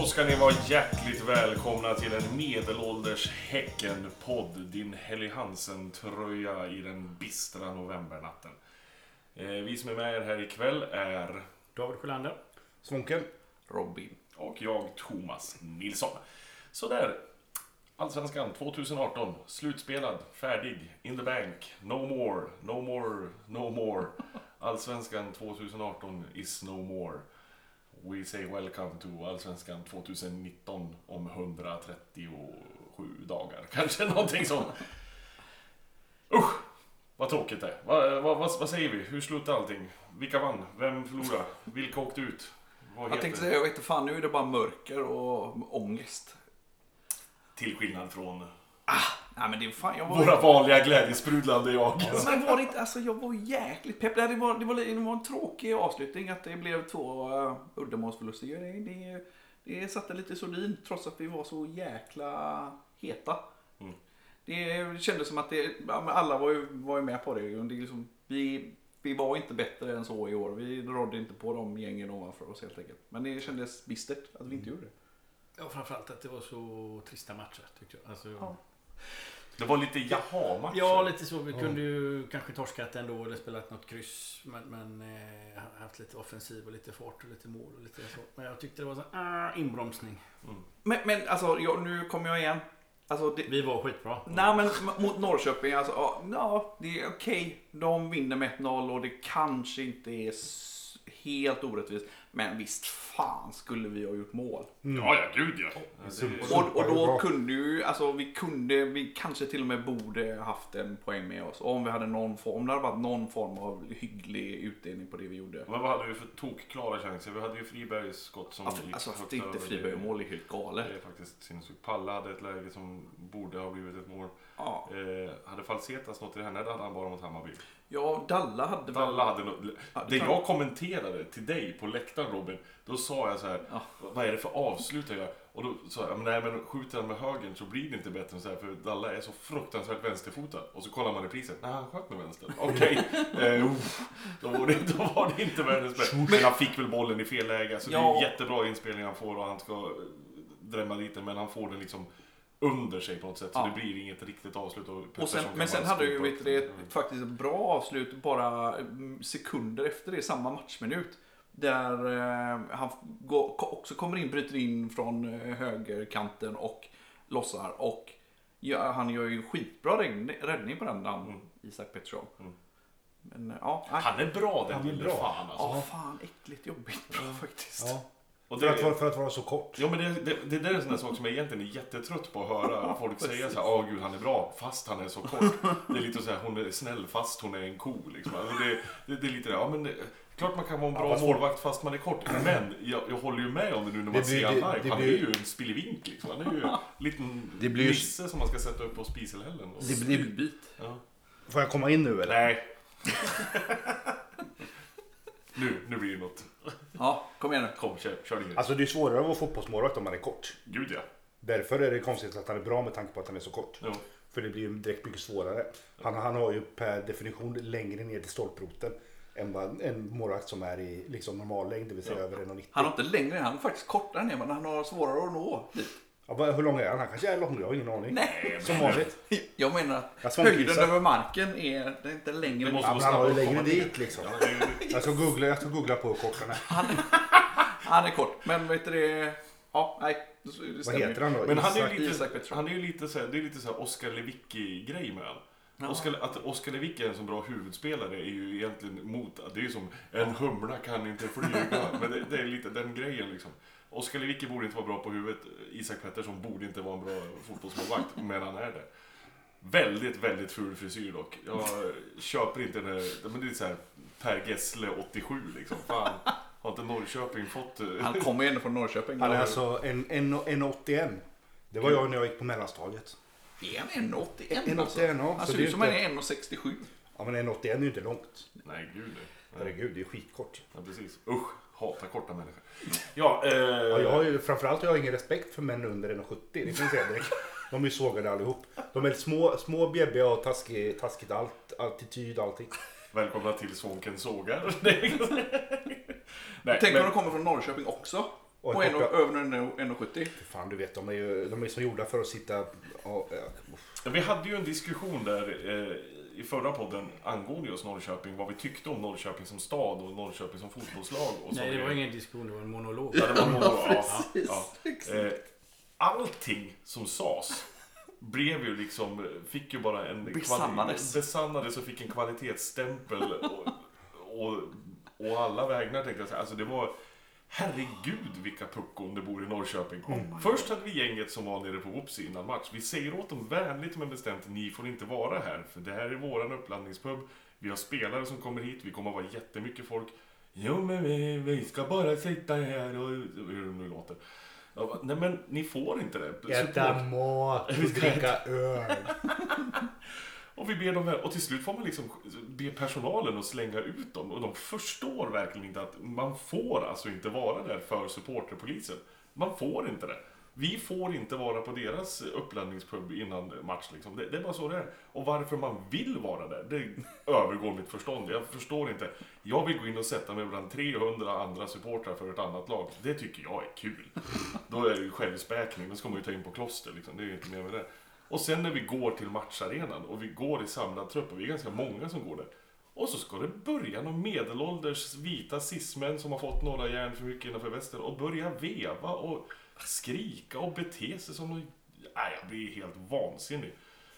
Då ska ni vara hjärtligt välkomna till en medelålders Häcken-podd. Din Helly Hansen-tröja i den bistra novembernatten. Vi som är med er här ikväll är David Sjölander, Svånken, Robin och jag, Thomas Nilsson. Så där, Allsvenskan 2018, slutspelad, färdig, in the bank, no more, no more, no more. Allsvenskan 2018 is no more. We say welcome to Allsvenskan 2019 om 137 dagar. Kanske någonting sånt. Usch, vad tråkigt det är. Vad säger vi? Hur slutade allting? Vilka vann? Vem förlorade? Vilka åkte ut? Jag tänkte säga, jag vet inte fan, nu är det bara mörker och ångest. Till skillnad från Nej men det är fan, våra vanliga glädjesprudlande jag. Men var det inte, alltså jag var jäkligt pepp. Det var en tråkig avslutning att det blev 2 uddamålsförluster. Det satte lite sordin trots att vi var så jäkla heta. Mm. Det kändes som att alla var ju med på det. Det är liksom, vi var inte bättre än så i år. Vi rådde inte på de gängen ovanför oss helt enkelt. Men det kändes bistert att vi inte gjorde det. Ja, framförallt att det var så trista matcher tyckte jag. Alltså, ja. Det var lite jaha-matcher. Ja, lite så. Vi kunde ju kanske torskat ändå eller spelat något kryss. Men haft lite offensiv och lite fart och lite mål och lite så. Men jag tyckte det var så inbromsning. Mm. Men alltså, nu kommer jag igen. Alltså, Vi var skitbra. Nej, men mot Norrköping, alltså, ja, det är okej. De vinner med 1-0 och det kanske inte är helt orättvist. Men visst fan skulle vi ha gjort mål. Ja, gud ja. Och då kunde ju, alltså vi kanske till och med borde haft en poäng med oss. Om vi hade om det hade varit någon form av hygglig utdelning på det vi gjorde. Men vad hade vi för tokklara chanser? Vi hade ju Fribergs skott som Alltså att det inte Friberg mål är helt galet. Det är faktiskt sinnessjukt. Palla hade ett läge som borde ha blivit ett mål. Ja. Hade Falsetas något i det här? Nej, det hade han bara mot Hammarby. Ja, Dalla hade något. Det jag kommenterade till dig på läktaren, Robin, då sa jag så här, vad är det för avslut jag gör? Och då sa jag, nej men skjuter han med högern så blir det inte bättre än så här, för Dalla är så fruktansvärt vänsterfotad. Och så kollar man i priset, nej han sköt med vänster. Okej, då var det inte världens bästa. Men han fick väl bollen i fel läge, så det är en jättebra inspelning han får och han ska drämma dit den, men han får den liksom under sig på något sätt, så det blir inget riktigt avslut. Men sen hade ju faktiskt ett bra avslut bara sekunder efter det, samma matchminut. Där han också kommer in, bryter in från högerkanten och lossar. Och han gör ju skitbra räddning på den Isak Pettersson. Men, han är bra, den lille fan alltså. Ja, fan, äckligt jobbigt faktiskt. Ja. Och för att vara så kort. Ja, men det där är en sån där sak som jag egentligen är jättetrött på att höra folk säga så här, gud han är bra fast han är så kort. Det är lite så här, hon är snäll fast hon är en ko liksom. Alltså det är lite det, men klart man kan vara en bra målvakt fast man är kort. Men jag håller ju med om det nu när man ser han live. Han är ju en spillevink liksom. Han är ju en liten nisse som man ska sätta upp på spiselhällen. Det blir bit. Ja. Får jag komma in nu eller? Nej. Nu blir det något. Ja, kom igen nu. Kom, kör det. Alltså det är svårare att vara fotbollsmålvakt om man är kort. Gud ja. Därför är det konstigt att han är bra med tanke på att han är så kort. Jo. För det blir ju direkt mycket svårare. Han har ju per definition längre ner till stolproten än vad en målvakt som är i liksom normal längd, det vill säga över 1,90. Han har inte längre, han är faktiskt kortare ner, men han har svårare att nå dit. Ja, hur lång är han? Han kanske är lång, jag har ingen aning. Nej, som vanligt. Jag menar att höjden över marken är inte längre. Han har ju längre dit liksom. Jag ska googla på hur kort han är. Han är kort, men vet du det? Ja, nej. Vad heter han då? Men han är ju lite så här, det är lite så här Oskar Lewicki-grej med han. Ja. Att Oskar Lewicki är en så bra huvudspelare är ju egentligen mot att det är som en humla kan inte flyga. Men det är lite den grejen liksom. Oskar Lewicki borde inte vara bra på huvudet. Isak Pettersson borde inte vara en bra fotbollsmålvakt, men han är det. Väldigt, väldigt ful frisyr dock. Jag köper inte den här, men det är så här Per Gessle 87 liksom. Fan, har inte Norrköping fått... Han kommer ju ändå från Norrköping. Han är alltså en 81. Det var jag när jag gick på mellanstadiet. Är han 1,81? 1,81, ja. Han ser ut som han är 1,67. Ja, men 1,81 är ju inte långt. Nej, gud nej. Herregud, det är skitkort. Ja, precis. Usch, hatar korta människor. Ja, jag har ju, framförallt har jag ingen respekt för män under 1,70. Det finns direkt. De är ju sågade allihop. De är små bjäbbiga och taskigt attityd, allting. Välkomna till Svånken sågar. Tänk om de kommer från Norrköping också. Och över 1,70. Fan, du vet, de är så gjorda för att sitta... Vi hade ju en diskussion där i förra podden angående just Norrköping, vad vi tyckte om Norrköping som stad och Norrköping som fotbollslag. Och nej, det var ingen diskussion, det var en monolog. Ja, det var en monolog. Allting som sades blev ju liksom, fick ju bara en besannades och fick en kvalitetsstämpel och alla vägnar tänkte jag säga. Alltså det var, herregud vilka puckon det bor i Norrköping. Först hade vi gänget som var nere på Whoopsie innan match. Vi säger åt dem vänligt men bestämt, ni får inte vara här för det här är våran uppladdningspub. Vi har spelare som kommer hit, vi kommer att vara jättemycket folk. Jo men vi ska bara sitta här och hur det nu låter. Nej men ni får inte det. Äta mat, dricka öl. Och vi ber dem, och till slut får man liksom be personalen att slänga ut dem. Och de förstår verkligen inte att man får alltså inte vara där för supporterpolisen. Man får inte det. Vi får inte vara på deras uppladdningspub innan match liksom. Det är bara så det är. Och varför man vill vara där, det övergår mitt förstånd. Jag förstår inte. Jag vill gå in och sätta mig bland 300 andra supportrar för ett annat lag. Det tycker jag är kul. Då är det ju självspäkning. Då ska man ju ta in på kloster liksom. Det är ju inte mer med det. Och sen när vi går till matcharenan och vi går i samlad trupp och vi är ganska många som går där. Och så ska det börja någon medelålders vita cismän som har fått några järn för mycket innanför västen och börja veva och skrika och bete sig som någon... Nej, jag blir helt vansinnig.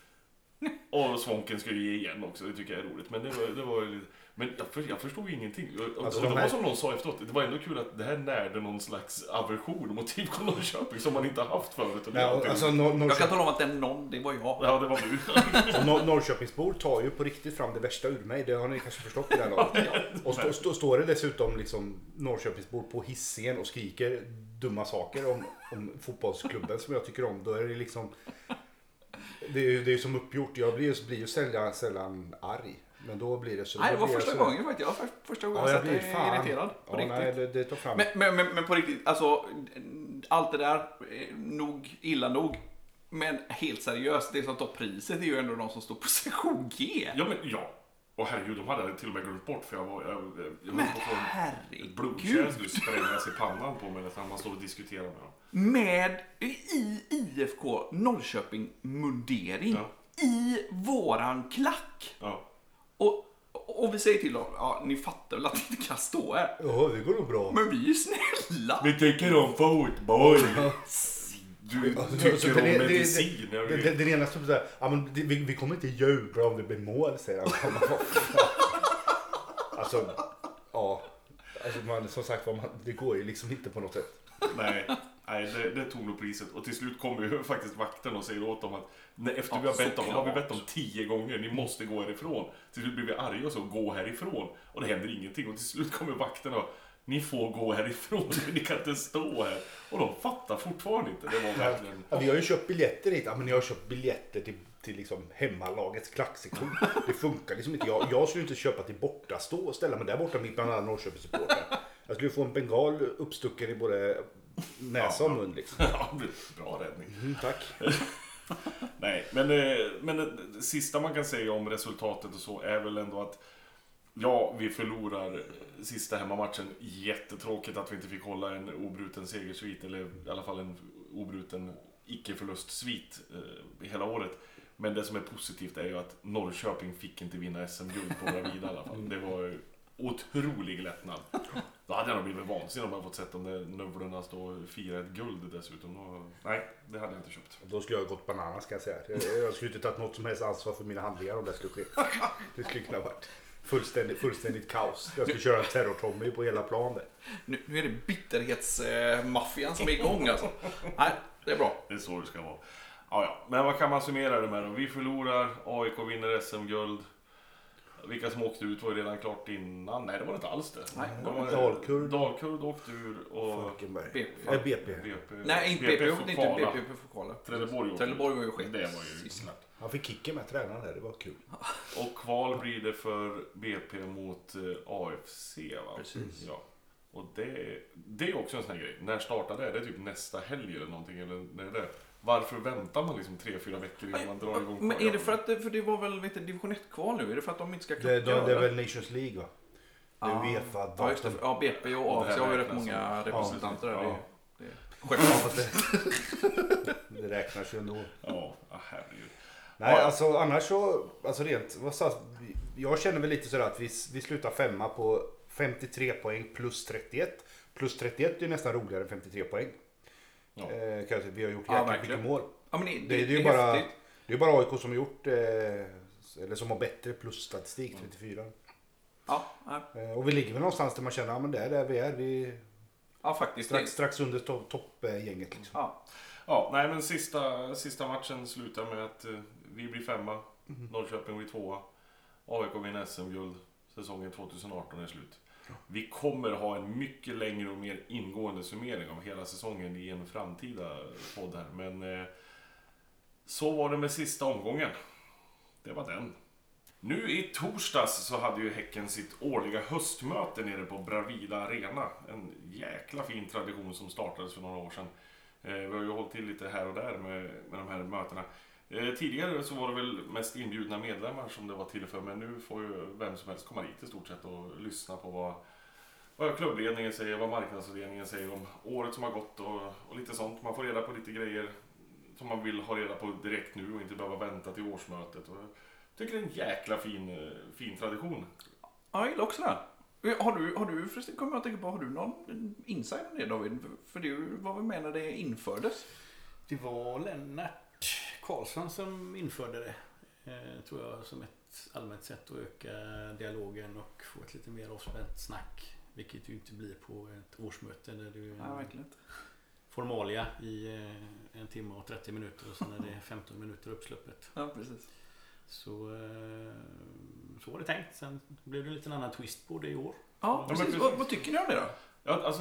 Och Svånken ska ju ge igen också, det tycker jag är roligt. Men det var lite... Men jag förstod ingenting. Alltså, det var som någon sa efteråt, det var ändå kul att det här närde någon slags aversion mot IFK Norrköping som man inte har haft förut. Jag kan tala om att det var jag. Ja, det var du. Norrköpingsbor tar ju på riktigt fram det värsta ur mig, det har ni kanske förstått i det här laget. Och står det dessutom liksom Norrköpingsbor på Hisingen och skriker dumma saker om fotbollsklubben som jag tycker om, då är det liksom... Det är ju som uppgjort, jag blir ju sällan arg. Men då blir det så. Nej, det var första gången faktiskt. Första gången jag blev irriterad. På riktigt. Nej, det tar fram. Men på riktigt, alltså allt det där, illa nog. Men helt seriöst, det som tar priset är ju ändå de som står på sektion G. Ja. Och herregud, de hade till och med glömt bort för jag men herregud. Blodkärl skulle sprängas i pannan på mig när man står och diskuterar med dem. Med i IFK Norrköping mundering. Ja. I våran klack. Ja. Och vi säger till dem, ja, ni fattar väl att ni inte kan stå här. Ja, det går nog bra. Men vi är snälla. Vi tycker om fotboll. Du tycker om medicin. Den ena står såhär, ja men vi kommer inte jubla om det blir mål, säger han. Alltså, ja. Alltså man, som sagt, det går ju liksom inte på något sätt. Nej, det tog nog priset. Och till slut kommer ju faktiskt vakten och säger åt dem att efter vi har bett dem 10 gånger, ni måste gå härifrån. Till slut blir vi arga och så, gå härifrån. Och det händer ingenting. Och till slut kommer vakten och ni får gå härifrån, ni kan inte stå här. Och de fattar fortfarande inte. Det var verkligen... Ja, vi har ju köpt biljetter hit. Ja, men jag har köpt biljetter till liksom hemmalagets klacksektion. Det funkar liksom inte. Jag skulle inte köpa till borta, stå och ställa mig där borta mitt bland alla Norrköpingssupportrar. Jag skulle få en bengal uppstucken i både näsa och mun liksom. Ja, bra räddning. Tack. Nej, men det sista man kan säga om resultatet och så är väl ändå att ja, vi förlorar sista hemmamatchen. Jättetråkigt att vi inte fick hålla en obruten segersvit, eller i alla fall en obruten icke-förlustsvit hela året. Men det som är positivt är ju att Norrköping fick inte vinna SM-guld på våra vida i alla fall. Det var ju otrolig lättnad. Då hade jag nog blivit vansinnig om jag fått sett de där növlorna stå och fira ett guld dessutom. Nej, det hade jag inte köpt. Då skulle jag ha gått bananas, ska jag säga. Jag skulle inte tagit något som helst ansvar för mina handlingar om det skulle ske. Det skulle kunna ha varit fullständigt kaos. Jag skulle köra en terror-Tommy på hela planen. Nu är det bitterhetsmaffian som är igång alltså. Nej, det är bra. Det är så det ska vara. Ja. Men vad kan man summera det med då? Vi förlorar, AIK vinner SM-guld. Vilka som åkte ut var ju redan klart innan. Nej, det var inte alls det. Nej, Dalkurd åkte ur och BP. Nej, inte BP får kvala. Trelleborg var ju skit. Det var ju snabbt. Han fick kicken med tränaren där, det var kul. Och kval blir det för BP mot AFC, va? Precis. Ja. Och det är också en sån här grej. När startar det? Det är typ nästa helg eller någonting, eller när är det? Varför väntar man liksom 3-4 veckor innan man drar igång? Men är det för det var väl division 1-kval nu? Är det för att de inte ska klocka? Det är väl Nations League, va? Det är UEFA. Ja, just det. Ja, BP och AFC har ju rätt många representanter där. Det räknas ju ändå. Ja, herregud. Nej, alltså annars så, alltså rent, jag känner väl lite sådär att vi slutar 5 på 53 poäng plus 31. Plus 31 är nästan roligare än 53 poäng. Ja. Kanske vi har gjort jäkligt mycket mål. Ja, men Det är ju bara, det är bara AIK som har gjort, eller som har bättre plusstatistik, 34. Ja, och vi ligger väl någonstans där man känner, ja men det är där vi är. ja faktiskt. Strax under toppgänget liksom. Ja. Ja, nej men sista matchen slutar med att vi blir 5, Norrköping blir 2, AIK vinner SM-guld, säsongen 2018 är slut. Vi kommer ha en mycket längre och mer ingående summering av hela säsongen i en framtida podd här, men så var det med sista omgången. Det var den. Nu i torsdags så hade ju Häcken sitt årliga höstmöte nere på Bravida Arena. En jäkla fin tradition som startades för några år sedan. Vi har ju hållit till lite här och där med de här mötena. Tidigare så var det väl mest inbjudna medlemmar som det var till för, men nu får ju vem som helst komma dit i stort sett och lyssna på vad klubbledningen säger, vad marknadsledningen säger om året som har gått och lite sånt. Man får reda på lite grejer som man vill ha reda på direkt nu och inte behöva vänta till årsmötet. Och jag tycker det är en jäkla fin tradition. Ja, jag gillar också det. Har du förresten, kommer jag att tänka på, har du någon insight om det, David? För du var väl med när det infördes? Det var Lennart Karlsson som införde det. Tror jag, som ett allmänt sätt att öka dialogen och få ett lite mer avspänt snack. Vilket ju inte blir på ett årsmöte där du verkligen. formalia i 1 timme och 30 minuter och sen är det 15 minuter uppsluppet. Ja, precis. Så var det tänkt. Sen blev det en liten annan twist på det i år. Ja, precis. Vad tycker ni om det då? Ja, alltså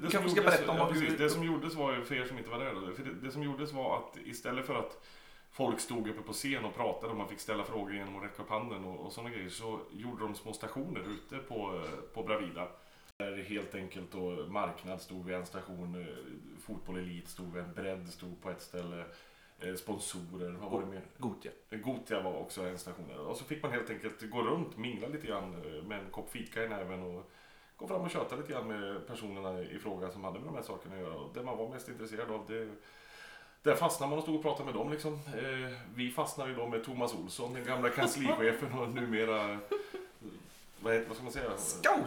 det som gjordes var ju, för er som inte var där då, för det som gjordes var att istället för att folk stod uppe på scen och pratade och man fick ställa frågor genom att räcka upp handen och sådana grejer, så gjorde de små stationer ute på Bravida. Där helt enkelt då marknad stod vid en station, fotboll elit stod vid en bredd, stod på ett ställe, sponsorer, vad var det mer? Gotia var också en station där. Och så fick man helt enkelt gå runt, mingla lite grann med en kopp fika i näven och gå fram och köta lite grann med personerna i fråga som hade med de här sakerna att göra. Och det man var mest intresserad av, där fastnade man och stod och pratade med dem liksom. Vi fastnade ju då med Thomas Olsson, den gamla kanslichefen och numera, vad ska man säga?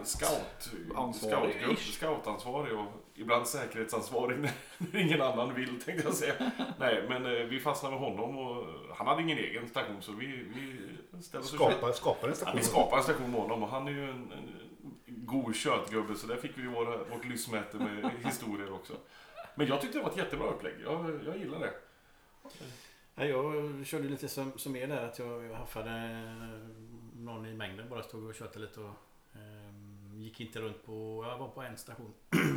Scoutansvarig och ibland säkerhetsansvarig när ingen annan vill, tänkte jag säga. Nej, men vi fastnade med honom och han hade ingen egen station, så vi ställde oss skapade en station. Vi skapade en station med honom och han är ju en god kötgubbe, så där fick vi vårt lystmäte med historier också. Men jag tyckte det var ett jättebra upplägg. Jag gillar det. Ja, jag körde lite som är där, att jag haffade någon i mängden, bara stod och köpte lite och gick inte runt på, jag var på en station,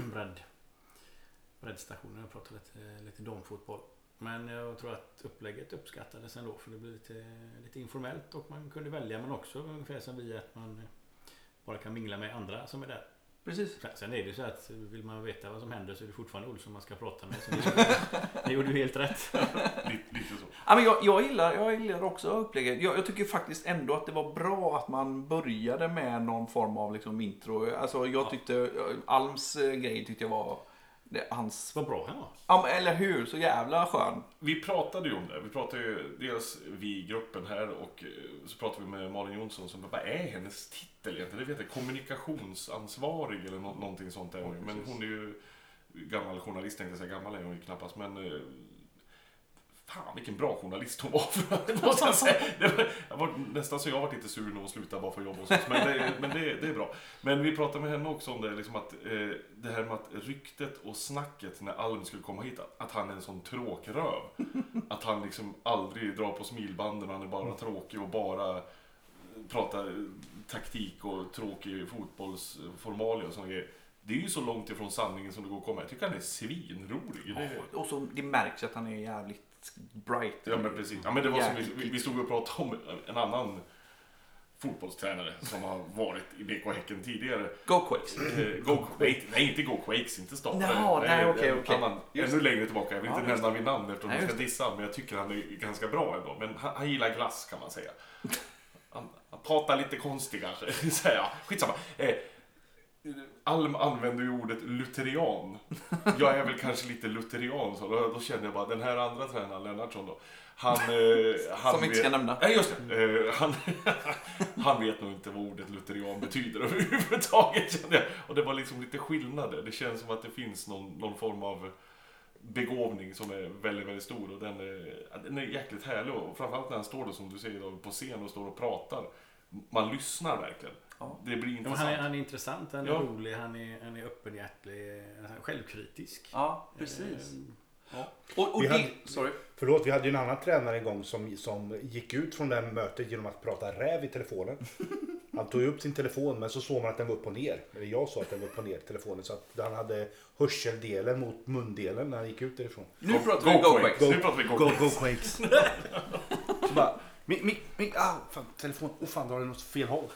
breddstationen, jag pratade lite damfotboll. Men jag tror att upplägget uppskattades ändå, för det blev lite informellt och man kunde välja, men också ungefär som vi, att man bara kan mingla med andra som är där. Precis. Sen är det ju så att vill man veta vad som händer så är det fortfarande Olsson man ska prata med. Så det gjorde du helt rätt. Lite så. Ja, men jag gillar också upplägget. Jag tycker faktiskt ändå att det var bra att man började med någon form av liksom intro. Alltså jag tyckte Alms grej tyckte jag var hans... Vad bra han var. Ja, eller hur? Så jävla skön. Vi pratade ju om det. Vi pratade ju dels vi-gruppen här och så pratade vi med Malin Jonsson som, vad är hennes titel egentligen? Det vet jag, kommunikationsansvarig eller någonting sånt där. Men hon är ju gammal journalist, tänkte jag säga. Gammal är hon ju knappast, men fan vilken bra journalist hon var, det måste jag säga. Jag var nästan så jag var lite sur när hon slutade bara för jobb hos oss, men det är bra. Men vi pratade med henne också om det, liksom att det här med att ryktet och snacket när Alm skulle komma hit, att han är en sån tråkröv. Att han liksom aldrig drar på smilbanden, han är bara tråkig och bara pratar taktik och tråkig fotbollsformalia och såna grejer. Det är ju så långt ifrån sanningen som det går att komma. Jag tycker han är svinrolig. Och så det märks att han är jävligt bright. Ja, men precis. Ja, men det var som vi stod och pratade om en annan fotbollstränare som har varit i BK Häcken tidigare. Go Quakes. Nej, inte Go Quakes, inte Stav. Nej, okej. Ännu längre tillbaka. Jag vill inte nämna vid namn eftersom jag ska dissa, men jag tycker han är ganska bra ändå. Men han gillar glass, kan man säga. Han pratar lite konstigt kanske. Skitsamma. Alm använder ju ordet lutherian. Jag är väl kanske lite lutherian, så då känner jag bara, den här andra tränaren, Lennartsson då. Han som inte ska nämna. Nej, just det. Han vet nog inte vad ordet lutherian betyder överhuvudtaget, känner jag. Och det var liksom lite skillnader. Det känns som att det finns någon form av begåvning som är väldigt, väldigt stor. Och den är jäkligt härlig. Och framförallt när han står då, som du säger, då, på scen och står och pratar. Man lyssnar verkligen. Ja. Det blir intressant. Han är intressant, han är rolig, han är öppenhjärtig, han är självkritisk. Ja, precis. Ja. Vi hade ju en annan tränare en gång som gick ut från det här mötet genom att prata räv i telefonen. Han tog upp sin telefon, men så såg man att den var upp och ner. Eller jag sa att den var upp och ner, telefonen. Så att han hade hörseldelen mot mundelen när han gick ut därifrån. Nu pratar vi GoQuakes. Nu pratar vi GoQuakes. Så bara, fan, telefon. Fan, då har du något fel håll.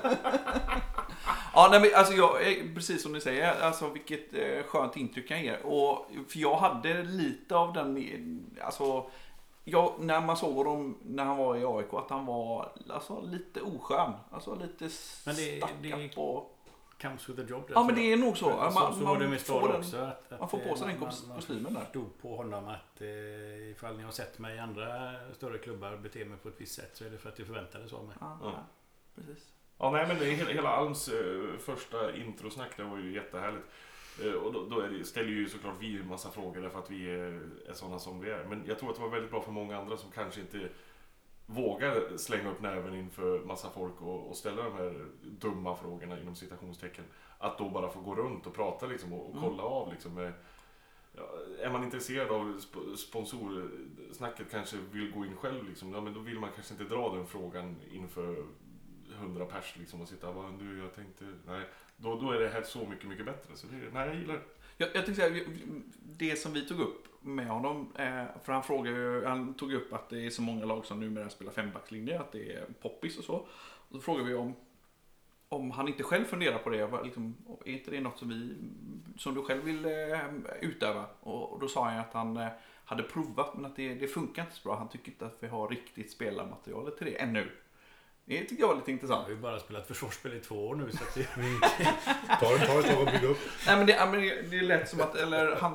Ja, nej, men alltså precis som ni säger, alltså vilket skönt intryck han ger. Och för jag hade lite av den, alltså när man såg honom när han var i AIK, att han var alltså lite oskön, alltså lite stack och comes with the job. Ja, men det är nog så. Så var det med Ståhl också. Man får på sig den kostymen där. Stod på honom att ifall ni har sett mig i andra större klubbar bete mig på ett visst sätt, så är det för att det förväntades av mig. Ja, precis. Ja, nej, men hela Alms första introsnack, det var ju jättehärligt. Och då ställer ju såklart vi en massa frågor därför att vi är sådana som vi är. Men jag tror att det var väldigt bra för många andra som kanske inte vågar slänga upp näven inför massa folk och ställa de här dumma frågorna inom citationstecken. Att då bara få gå runt och prata liksom, och kolla av liksom. Är man intresserad av sponsorsnacket, kanske vill gå in själv liksom, ja, men då vill man kanske inte dra den frågan inför 100 pers liksom, och sitta och du, jag tänkte, nej, då är det här så mycket, mycket bättre. Så jag gillar det. Jag tänkte säga, det som vi tog upp med honom, för han tog upp att det är så många lag som numera spelar fembackslinje, att det är poppis och så. Och så frågade vi om han inte själv funderar på det, liksom, är inte det något som du själv vill utöva? Och då sa han att han hade provat, men att det funkar inte så bra. Han tycker inte att vi har riktigt spelarmaterialet till det ännu. Det tycker jag var lite intressant. Jag har ju bara spelat försvarsspel i 2 år nu, så att det tar ett tag att bygga upp. Nej, men det är lätt som att,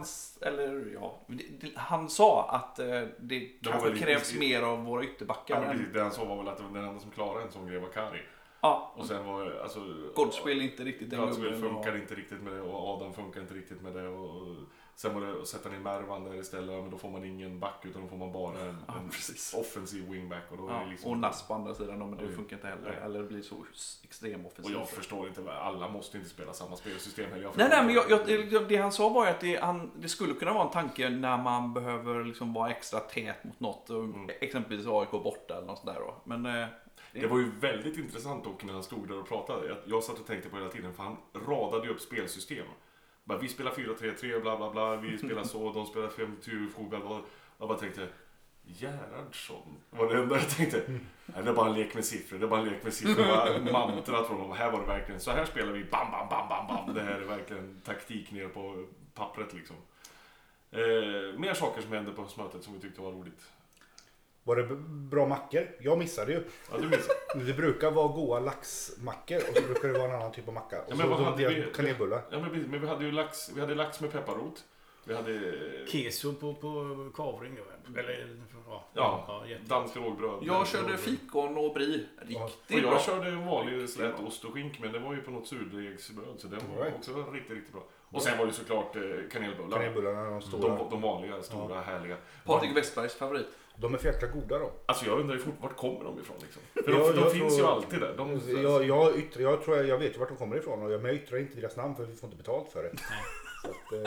han sa att det kanske krävs mer av våra ytterbackar. Ja, det han sa var väl att den enda som klarade en sån grej var Kari. Ja. Och sen var alltså Goldspel inte riktigt den Goldspel funkar inte riktigt med det, och Adam funkar inte riktigt med det, och sen var det att sätta ner Mervan där istället, men då får man ingen back utan då får man bara en offensiv wingback, och då är det liksom, och Nass på andra sidan, men det funkar inte heller. Nej. Eller det blir så extrem offensiv. Och jag förstår inte, alla måste inte spela samma spelsystem heller. Nej, men det han sa var att det skulle kunna vara en tanke när man behöver liksom vara extra tät mot något, exempelvis AIK borta eller något sånt där då. Men det var ju väldigt intressant dock när han stod där och pratade. Jag satt och tänkte på hela tiden, för han radade upp spelsystem. Bara, vi spelar 4-3-3 bla bla bla, vi spelar så, de spelar 5-2, jag bara tänkte, Gerhardsson var det enda jag tänkte. Nej, det är bara en lek med siffror, det var mantrat från honom. Här var det verkligen, så här spelar vi, bam bam bam bam bam. Det här är verkligen taktik ner på pappret liksom. Mer saker som hände på mötet som vi tyckte var roligt. Var det bra mackor? Jag missade ju. Ja, du missade. Det brukar vara goda laxmackor, och så brukar det vara en annan typ av macka. Och ja, men så hade vi kanelbullar. Ja, men vi hade ju lax med pepparrot. Vi hade keso på kavring, eller dansk rågbröd. Jag körde fikon och brie. Riktigt bra. Jag körde en vanlig slät ost och skink, men det var ju på något surdegsbröd, så det var också riktigt, riktigt bra. Och sen var det såklart kanelbullar. Kanelbullarna, de stora. De vanliga, stora, härliga. Patrik Westbergs favorit. De är för jäkla goda då. Alltså jag undrar ju fort, vart kommer de ifrån liksom? För de finns ju alltid där. Jag vet ju vart de kommer ifrån, men jag yttrar inte deras namn för vi får inte betalt för det. Så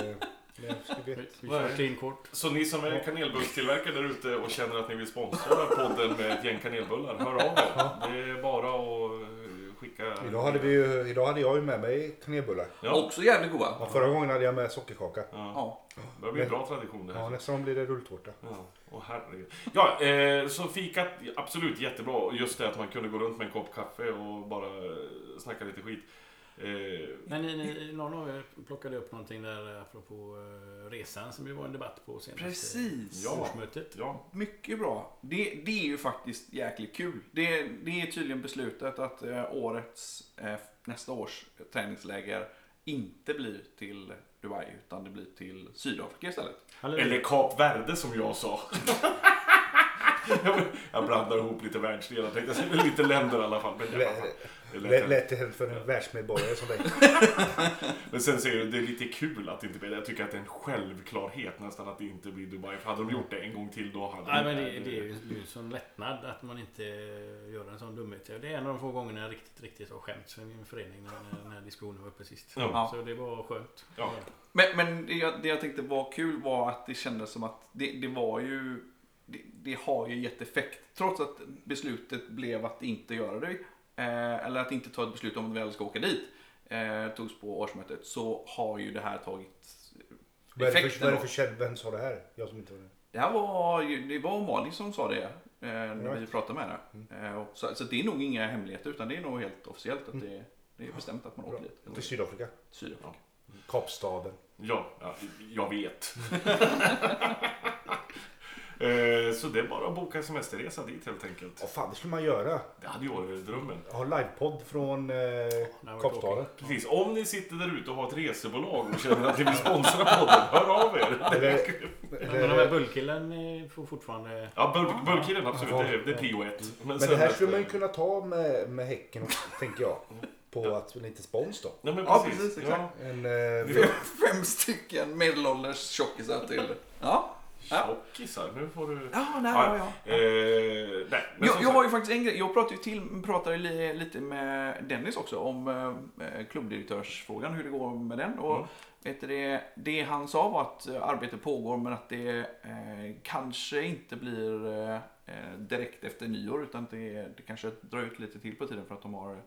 att, så ni som är kanelbullstillverkare där ute och känner att ni vill sponsra podden med ett gäng kanelbullar, hör av er. Det är bara att skicka. Idag hade jag ju med mig kanelbullar. Ja. Också jävligt goda. Ja, förra gången hade jag med sockerkaka. Ja. Det blir en bra tradition det här. Ja, nästa gång blir det rulltårta. Ja, herregud. Så fikat, absolut jättebra. Just det att man kunde gå runt med en kopp kaffe och bara snacka lite skit. Men någon av er plockade upp någonting där apropå resan som ju var en debatt på senaste Precis. årsmötet. Ja. Mycket bra. Det är ju faktiskt jäkligt kul. Det är tydligen beslutat att nästa års träningsläger inte blir till Dubai utan det blir till Sydafrika istället. Eller Kap Verde som jag sa. Jag blandar ihop lite världsdelar. Tänkte jag säga lite länder i alla fall. Men det lätt hänt för en världsmedborgare som dig. Men sen säger du, det är lite kul att det inte blir det. Jag tycker att det är en självklarhet nästan att det inte blir Dubai. För hade de gjort det en gång till då hade Nej, men det är ju en sån lättnad att man inte gör en sån dumhet. Det är en av de få gångerna jag riktigt har skämt för min förening när den här diskussionen var uppe sist. Ja. Så det var skönt. Ja. Men det jag tänkte var kul var att det kändes som att det var ju... Det har ju gett effekt. Trots att beslutet blev att inte göra det. Eller att inte ta ett beslut om att vi väl ska åka dit. Togs på årsmötet. Så har ju det här tagit effekt. Vad är det för känd? Vem sa det här? Jag som inte var det. Det var Malin som sa det. När vi pratade med henne. Så det är nog inga hemligheter. Utan det är nog helt officiellt att det är bestämt att man åker dit. Till Sydafrika. Sydafrika. Kapstaden. Ja, jag vet. Så det är bara att boka en semesterresa dit helt enkelt. Ja, fan, det skulle man göra. Det hade ju varit drömmen. Ha livepodd från Kapstaden. Precis, om ni sitter där ute och har ett resebolag och känner att ni vill sponsra podden, hör av er. Men de här bullkillen får fortfarande... Ja, bullkillen absolut, det är prio 1. Men det här skulle man ju kunna ta med Häcken, tänker jag. På att lite spons då. Nej, men Ja, precis, exakt. Ja. 5 stycken medelålders tjockisar till. Ja. Tjockisar, nu får du... Jag har ju faktiskt en grej. Jag pratade lite med Dennis också om klubbdirektörsfrågan, hur det går med den. Och det han sa var att arbetet pågår men att det kanske inte blir direkt efter nyår utan det kanske drar ut lite till på tiden för att de har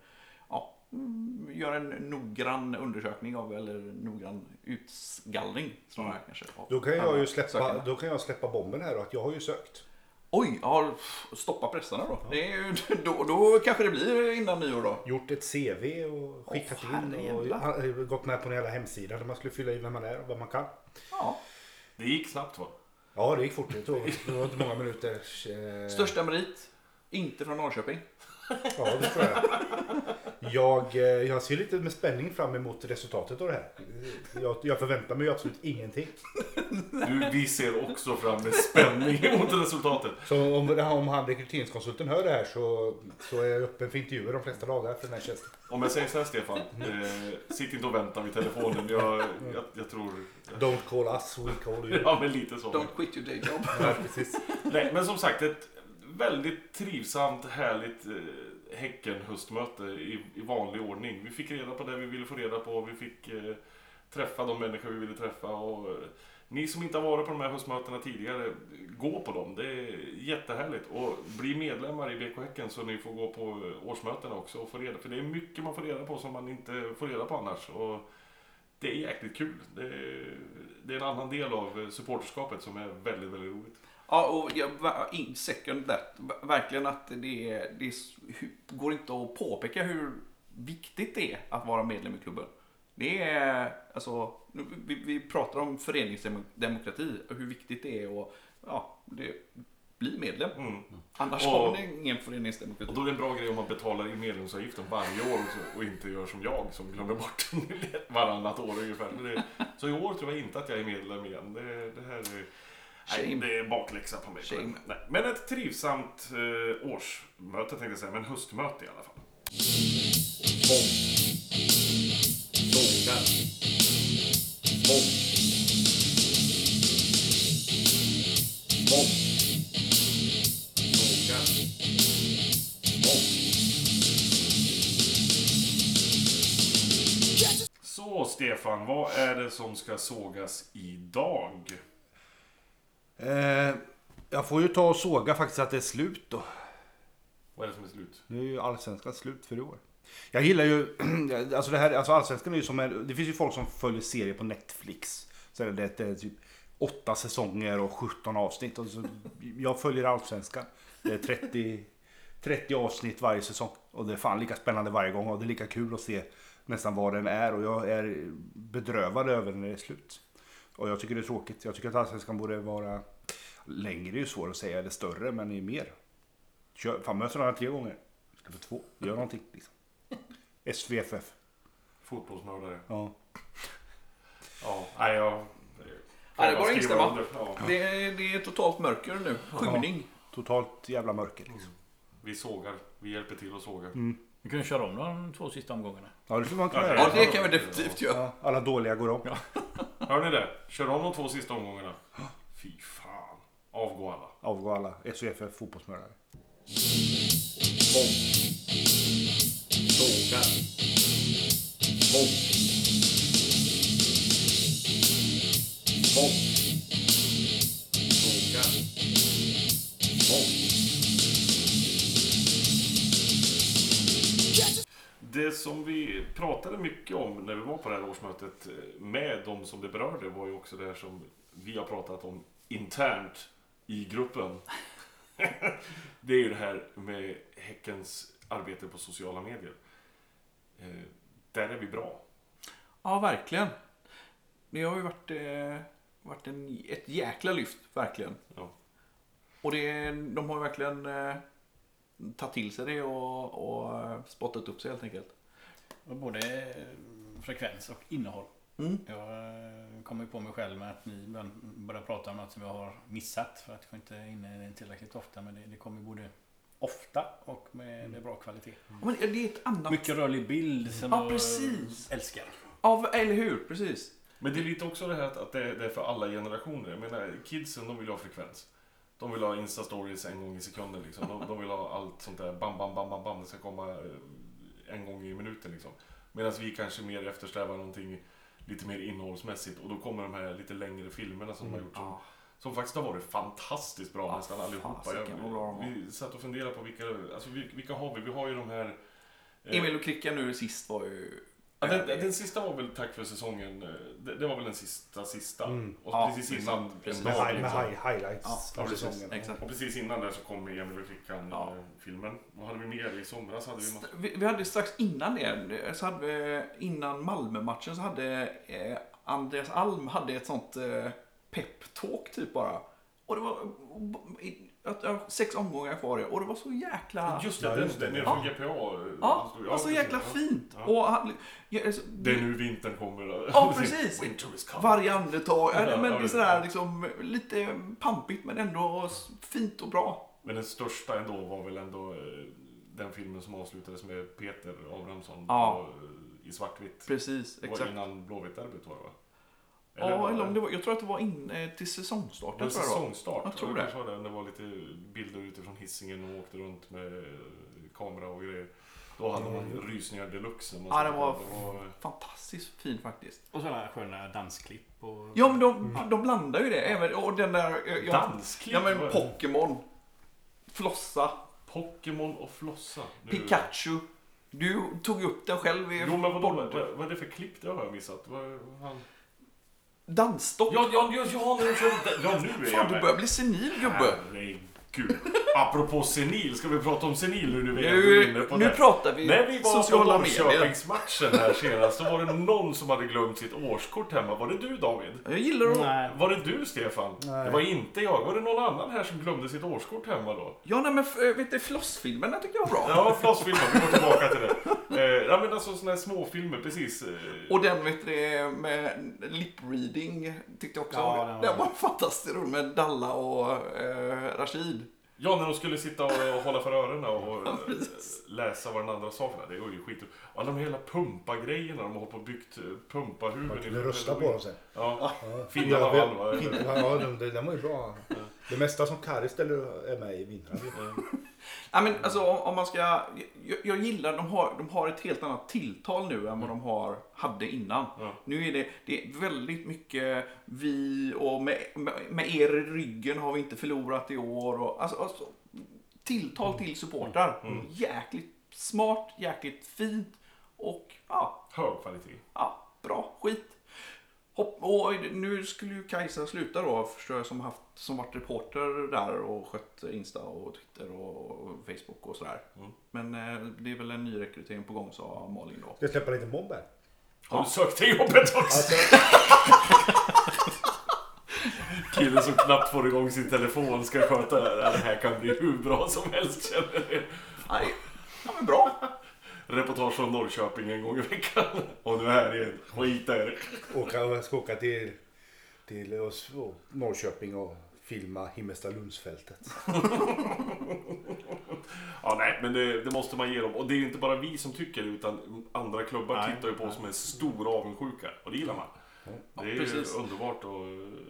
gör en noggrann undersökning av eller noggrann utgallring snarare kanske. Då kan jag släppa bomben här och att jag har ju sökt. Oj, stoppa pressarna då. Ja. Det är ju, då kanske det blir innan nyår då. Gjort ett CV och skickat in och gått med på en jävla hemsida där man skulle fylla i vem man är och vad man kan. Ja. Det gick snabbt va? Ja, det gick fort. Det var inte många minuter. Största merit? Inte från Norrköping. Ja, det tror jag. Jag ser lite med spänning fram emot resultatet av det här. Jag förväntar mig absolut ingenting. Vi ser också fram med spänning emot resultatet. Så om han rekryteringskonsulten hör det här så är jag öppen för intervjuer de flesta dagar för den här tjänsten. Om jag säger så här Stefan, sitt inte och vänta vid telefonen. Jag tror... Don't call us, we call you. Ja, men lite så. Don't quit your day job. Ja, precis. Nej, men som sagt, ett väldigt trivsamt, härligt Häcken-höstmöte i vanlig ordning. Vi fick reda på det vi ville få reda på. Vi fick träffa de människor vi ville träffa. Och ni som inte har varit på de här höstmötena tidigare, gå på dem. Det är jättehärligt. Och bli medlemmar i BK Häcken så ni får gå på årsmötena också. Och få reda, för det är mycket man får reda på som man inte får reda på annars. Och det är jäkligt kul. Det är en annan del av supporterskapet som är väldigt, väldigt roligt. Ja, och in second that. Verkligen att det går inte att påpeka hur viktigt det är att vara medlem i klubben. Det är, alltså, vi pratar om föreningsdemokrati och hur viktigt det är och bli medlem. Annars har ni ingen föreningsdemokrati. Och då är det en bra grej om man betalar i medlemsavgiften varje år och inte gör som jag som glömmer bort varannat år ungefär. Så i år tror jag inte att jag är medlem igen. Det här är... Nej, det är bakläxa på mig. Nej. Men ett trivsamt årsmöte tänkte jag säga, men höstmöte i alla fall. Så Stefan, vad är det som ska sågas idag? Jag får ju ta och såga faktiskt att det är slut då. Vad är det som är slut? Nu är ju allsvenskan slut för i år. Jag gillar ju alltså allsvenskan är ju som det finns ju folk som följer serier på Netflix. Så det är typ 8 säsonger och 17 avsnitt och så jag följer allsvenskan. Det är 30 avsnitt varje säsong och det är fan lika spännande varje gång och det är lika kul att se nästan vad den är. Och jag är bedrövad över när det är slut. Och jag tycker det är tråkigt. Jag tycker att Allsvenskan borde vara längre, är ju svårt att säga, eller större, men är mer. Fan, möter den 3 gånger. Ska för 2. Gör någonting liksom. SVFF. Fotbollsmördare. Ja. Ja, nej jag... Ja, det är bara att instämma. Ja. Det är totalt mörker nu. Skymning. Ja, totalt jävla mörker liksom. Vi sågar. Vi hjälper till att såga. Vi kan köra om de 2 sista omgångarna. Ja, det skulle man kunna göra. Ja, det kan vi definitivt göra. Ja, alla dåliga går om. Hör ni det? Kör om de 2 sista omgångarna. Fy fan. Avgå alla. Avgå alla. SVFF fotbollsmördare. Sågar. Det som vi pratade mycket om när vi var på det här årsmötet med de som det berörde var ju också det här som vi har pratat om internt i gruppen. Det är ju det här med Häckens arbete på sociala medier. Där är vi bra. Ja, verkligen. Det har ju varit ett jäkla lyft, verkligen. Ja. Och de har ju verkligen tagit till sig det och spottat upp sig helt enkelt. Och både frekvens och innehåll. Mm. Jag kommer på mig själv med att ni börjar prata om något som jag har missat. För att jag inte är inne tillräckligt ofta. Men det kommer både ofta och med bra kvalitet. Men det är ett annat... Mycket rörlig bild som jag älskar. Ja, eller hur? Precis. Men det är lite också det här att det är för alla generationer. Jag menar, kidsen, de vill ha frekvens. De vill ha Insta-stories en gång i sekunden liksom. De vill ha allt sånt där bam, bam, bam, bam, bam. Det ska komma en gång i minuten liksom. Medan vi kanske mer eftersträvar någonting lite mer innehållsmässigt. Och då kommer de här lite längre filmerna som de har gjort som faktiskt har varit fantastiskt bra nästan allihopa. Vi satt och funderade på vilka har vi? Vi har ju de här... Emil och Kricka nu sist var ju... Ja, den sista var väl tack för säsongen. Det var väl den sista. Och precis innan med highlights av säsongen. Exakt. Och precis innan där så kom Emil och Krickan filmen. Vad hade vi mer i somras? Hade vi hade strax innan det så hade vi, innan Malmö-matchen så hade Andreas Alm hade ett sånt pep-talk typ bara. Och det var 6 omgångar kvar och det var så jäkla... Just det, den är från GPA. Ja, det var så jäkla fint. Ja. Och det är nu vintern kommer. Ja, precis. Winter is coming. Varje andetag. Men det är sådär liksom lite pampigt men ändå fint och bra. Men den största ändå var väl ändå den filmen som avslutades med Peter Abrahamsson i svartvitt. Precis, exakt. Det var innan Blåvitt-derbyt var det va? Eller om det var, jag tror att det var in till säsongstarten. Det var säsongstart. Jag tror det. Det var lite bilder utifrån Hisingen och åkte runt med kamera och grejer. Då hade man rysningar deluxe. Ja, det var fantastiskt fint faktiskt. Och sådana sköna dansklipp. Och... Ja, men de blandar ju det. Även, och den där... Dansklipp? Ja, men Pokémon. Flossa. Pokémon och Flossa. Pikachu. Du tog upp den själv i... Jo, men vad är det för klipp? Det har jag missat. Dansstopp. Ja, nu är Fan, du börjar bli senil, gubbe. Herregud. Apropå senil, ska vi prata om senil nu pratar vi när vi var sociala på medier. Norrköpingsmatchen här senast så var det någon som hade glömt sitt årskort hemma. Var det du, David? Jag gillar det. Nej. Var det du, Stefan? Nej. Det var inte jag. Var det någon annan här som glömde sitt årskort hemma då? Ja, nej, men vet du, flossfilmen jag tycker jag var bra. Ja, flossfilmer. Vi går tillbaka till det. Ja, men alltså såna här småfilmer, precis. Och den vet du, med lip reading tyckte jag också. Ja, den var fantastisk rolig med Dalla och Rashid. Ja, när de skulle sitta och hålla för öronen och läsa vad den andra sa för det. Det var ju skit. Och alla de hela pumpa-grejerna, de har hållit på och byggt pumpahuvuden. Man kunde rösta på dem sen. Ja, Finland av halva. Ja, den var ju bra. Det mesta som Kari ställer är med i vintern. Ja, men alltså om man ska... Jag gillar, de har ett helt annat tilltal nu än vad de hade innan. Ja. Nu är det är väldigt mycket vi och med er i ryggen har vi inte förlorat i år. Och, alltså tilltal till supportrar. Jäkligt smart, jäkligt fint och Hög kvalitet. bra skit. Och nu skulle ju Kajsa sluta då, förstår jag, som varit reporter där och skött Insta och Twitter och Facebook och sådär. Men det är väl en ny rekrytering på gång, sa Malin då. Ska jag släppa lite mobb här? Har du sökt till jobbet också? Killen som knappt får igång sin telefon ska sköta det här. Det här kan bli hur bra som helst, känner det. Nej, ja, men bra. Reportage från Norrköping en gång i veckan. Och nu är det igen. Skit där. Jag ska åka till oss, Norrköping och filma Himmelstalundsfältet. Ja, nej, men det måste man ge dem. Och det är ju inte bara vi som tycker det, utan andra klubbar tittar ju på oss med stor avundsjuka. Och det gillar man. Det är ju underbart och...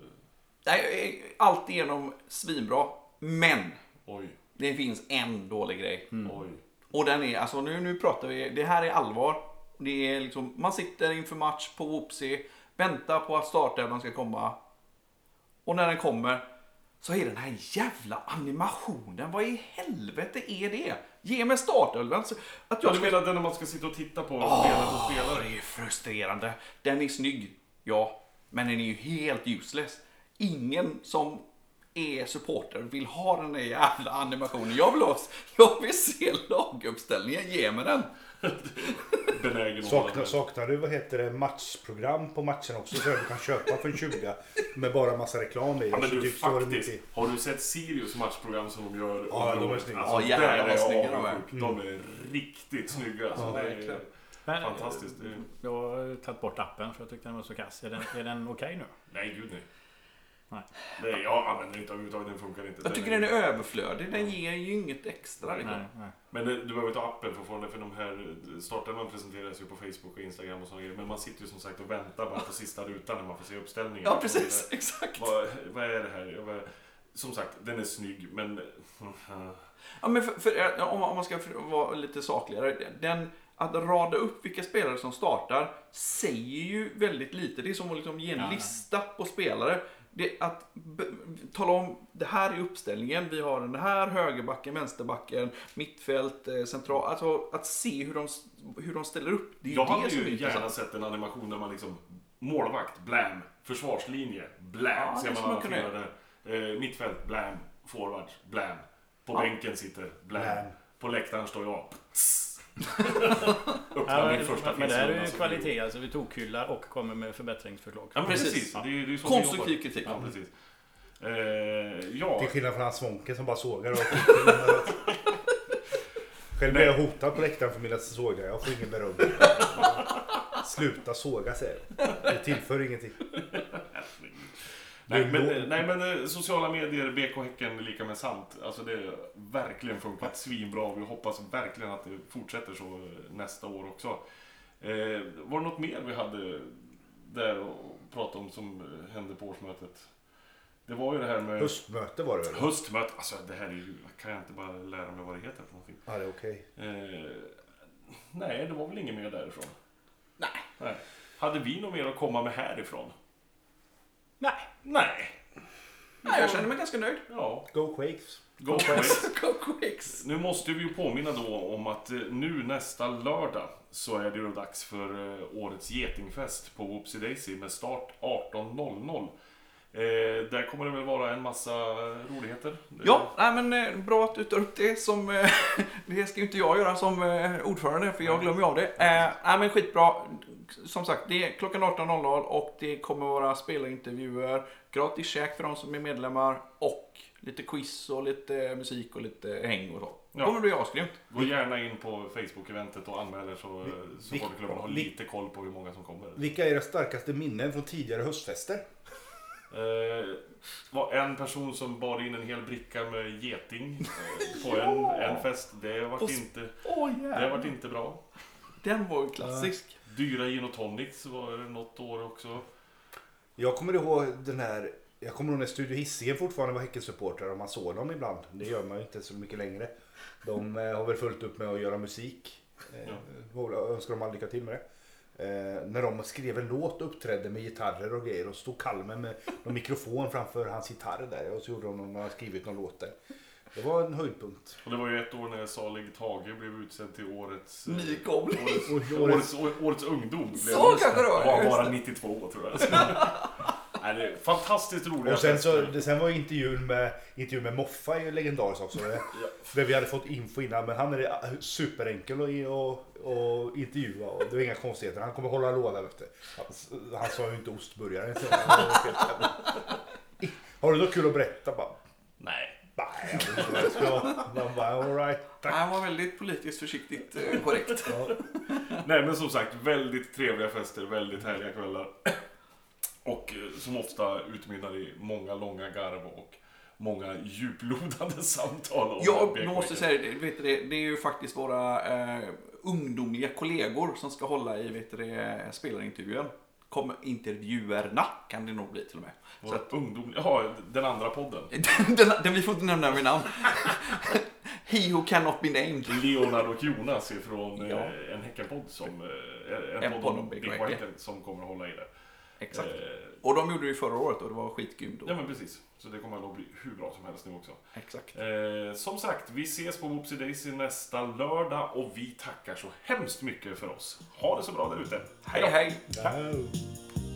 Nej, allt igenom svinbra. Men Oj. det finns en dålig grej. Oj. Och den är, alltså nu pratar vi, det här är allvar. Det är liksom, man sitter inför match på Whoopsie, väntar på att startelvan ska komma. Och när den kommer så är den här jävla animationen. Vad i helvete är det? Ge mig startelvan. Att Jag menar den när man ska sitta och titta på spelare. Det är frustrerande. Den är snygg, ja. Men den är ju helt useless. Ingen som är supporter vill ha den där jävla animationen. Jag vill se laguppställningen. Ge mig den. Benägen Saknar du, vad heter det, matchprogram på matchen också, så du kan köpa för 20 med bara massa reklam i? Ja, men Så du, typ så är det faktiskt, mycket. har du sett Sirius matchprogram som de gör? Ja, de är snygga. Alltså, Ja, jävlar, där vad är snygga de är. avundsjuk. De är riktigt snygga. Alltså, det är Men, fantastiskt. Jag har tagit bort appen för jag tyckte den var så kass. Är den okej nu? Nej, gud nej. Nej. Nej, jag använder inte överhuvudtaget, den funkar inte. Jag tycker den är överflödig. Den ger ju inget extra. Liksom. Nej. Men du behöver inte ha appen för de här startelvan presenteras ju på Facebook och Instagram och sådana grejer. Men man sitter ju som sagt och väntar bara på sista rutan när man får se uppställningen. Ja, precis. Exakt. Vad är det här? Som sagt, den är snygg, men... Ja, men om man ska vara lite sakligare. Att rada upp vilka spelare som startar säger ju väldigt lite. Det är som att liksom ge en lista på spelare. Att tala om, det här är uppställningen. Vi har den här högerbacken, vänsterbacken, mittfält, central. Alltså att se hur de ställer upp. Det är jag det hade som ju är gärna sett en animation där man liksom... Målvakt, blam. Försvarslinje, blam. Ja, Ser det man alla skulle man fyra. Mittfält, blam. Forward, blam. På bänken sitter blam. På läktaren står jag. Men det här är ju kvalitet, alltså vi tokhyllar och kommer med förbättringsförslag. Ja, precis. Ja. Det är så konstruktiv kritik. Ja, precis. Till skillnad från hans Svånke som bara sågar och själv blev jag hotad på läktaren för mina sågar. Jag får ingen beröm. Sluta såga, säger jag. Det tillför ingenting. Nej men sociala medier, BK Häcken lika med sant. Alltså det har verkligen funkat svinbra. Vi hoppas verkligen att det fortsätter så nästa år också. Var det något mer vi hade där och prata om som hände på årsmötet? Det var ju det här med... Höstmöte var det väl? Höstmöte, alltså det här är ju... Kan jag inte bara lära mig vad det heter för någonting? Ja, det är okej. Nej, det var väl inget mer därifrån. Nej. Hade vi något mer att komma med härifrån? Nej. Jag känner mig ganska nöjd. Ja. Go Quakes. Go Quakes. Go Quakes. Nu måste vi ju påminna då om att nu nästa lördag så är det då dags för årets getingfest på Whoopsie Daisy med start 18.00. Där kommer det väl vara en massa roligheter. Ja, men bra att du tar upp det som det ska ju inte jag göra som ordförande för jag glömmer ju av det. Men skitbra. Som sagt, det är klockan 18.00 och det kommer vara spelarintervjuer, gratis käk för de som är medlemmar och lite quiz och lite musik och lite häng och så. Det kommer bli asgrymt. Gå gärna in på Facebook-eventet och anmäl er så supporterklubben har lite koll på hur många som kommer. Vilka är era starkaste minnen från tidigare höstfester? Var en person som bar in en hel bricka med geting på en fest. Det har varit inte bra. Den var ju klassisk. Dyra gin och tonics var det något år också. Jag kommer ihåg när Studio Hisingen fortfarande var Häckensupportrar och man såg dem ibland. Det gör man ju inte så mycket längre. De har väl fullt upp med att göra musik. Jag önskar dem all lycka till med det. När de skrev en låt och uppträdde med gitarrer och grejer och stod Kalmen med någon mikrofon framför hans gitarr där och så gjorde de skrivit någon låt där. Det var en höjdpunkt. Och det var ju ett år när Salig Tage blev utsedd till årets... Nykomling. Årets ungdom. Så kanske det var. Var bara 92 tror jag. Nej, det är fantastiskt roliga Och sen var intervjun med Moffa ju legendarisk också. Där vi hade fått info innan, men han är superenkel att intervjua och det var inga konstigheter. Han kommer hålla låda efter. Han sa ju inte ostburgare. Har du något kul att berätta? Bara, Nej. jag vet inte vad det ska vara. Man bara, all right, tack. Han var väldigt politiskt försiktigt korrekt. Ja. Nej, men som sagt, väldigt trevliga fester, väldigt härliga kvällar. Och som ofta utmynnar i många långa garv och många djuplodande samtal. Jag måste säga, det är ju faktiskt våra ungdomliga kollegor som ska hålla i spelarintervjun. Intervjuerna kan det nog bli till och med. Så att den andra podden. den vi får inte nämna vid namn. He who cannot be named. Leonard och Jonas ifrån en Häckenpodd som en podd om Big White som kommer att hålla i det. Exakt. Och de gjorde det ju förra året och det var skitgrymt då. Ja, men precis. Så det kommer att bli hur bra som helst nu också. Exakt. Som sagt, vi ses på Whoopsie Daisy nästa lördag och vi tackar så hemskt mycket för oss. Ha det så bra där ute. Hej hej! Ja.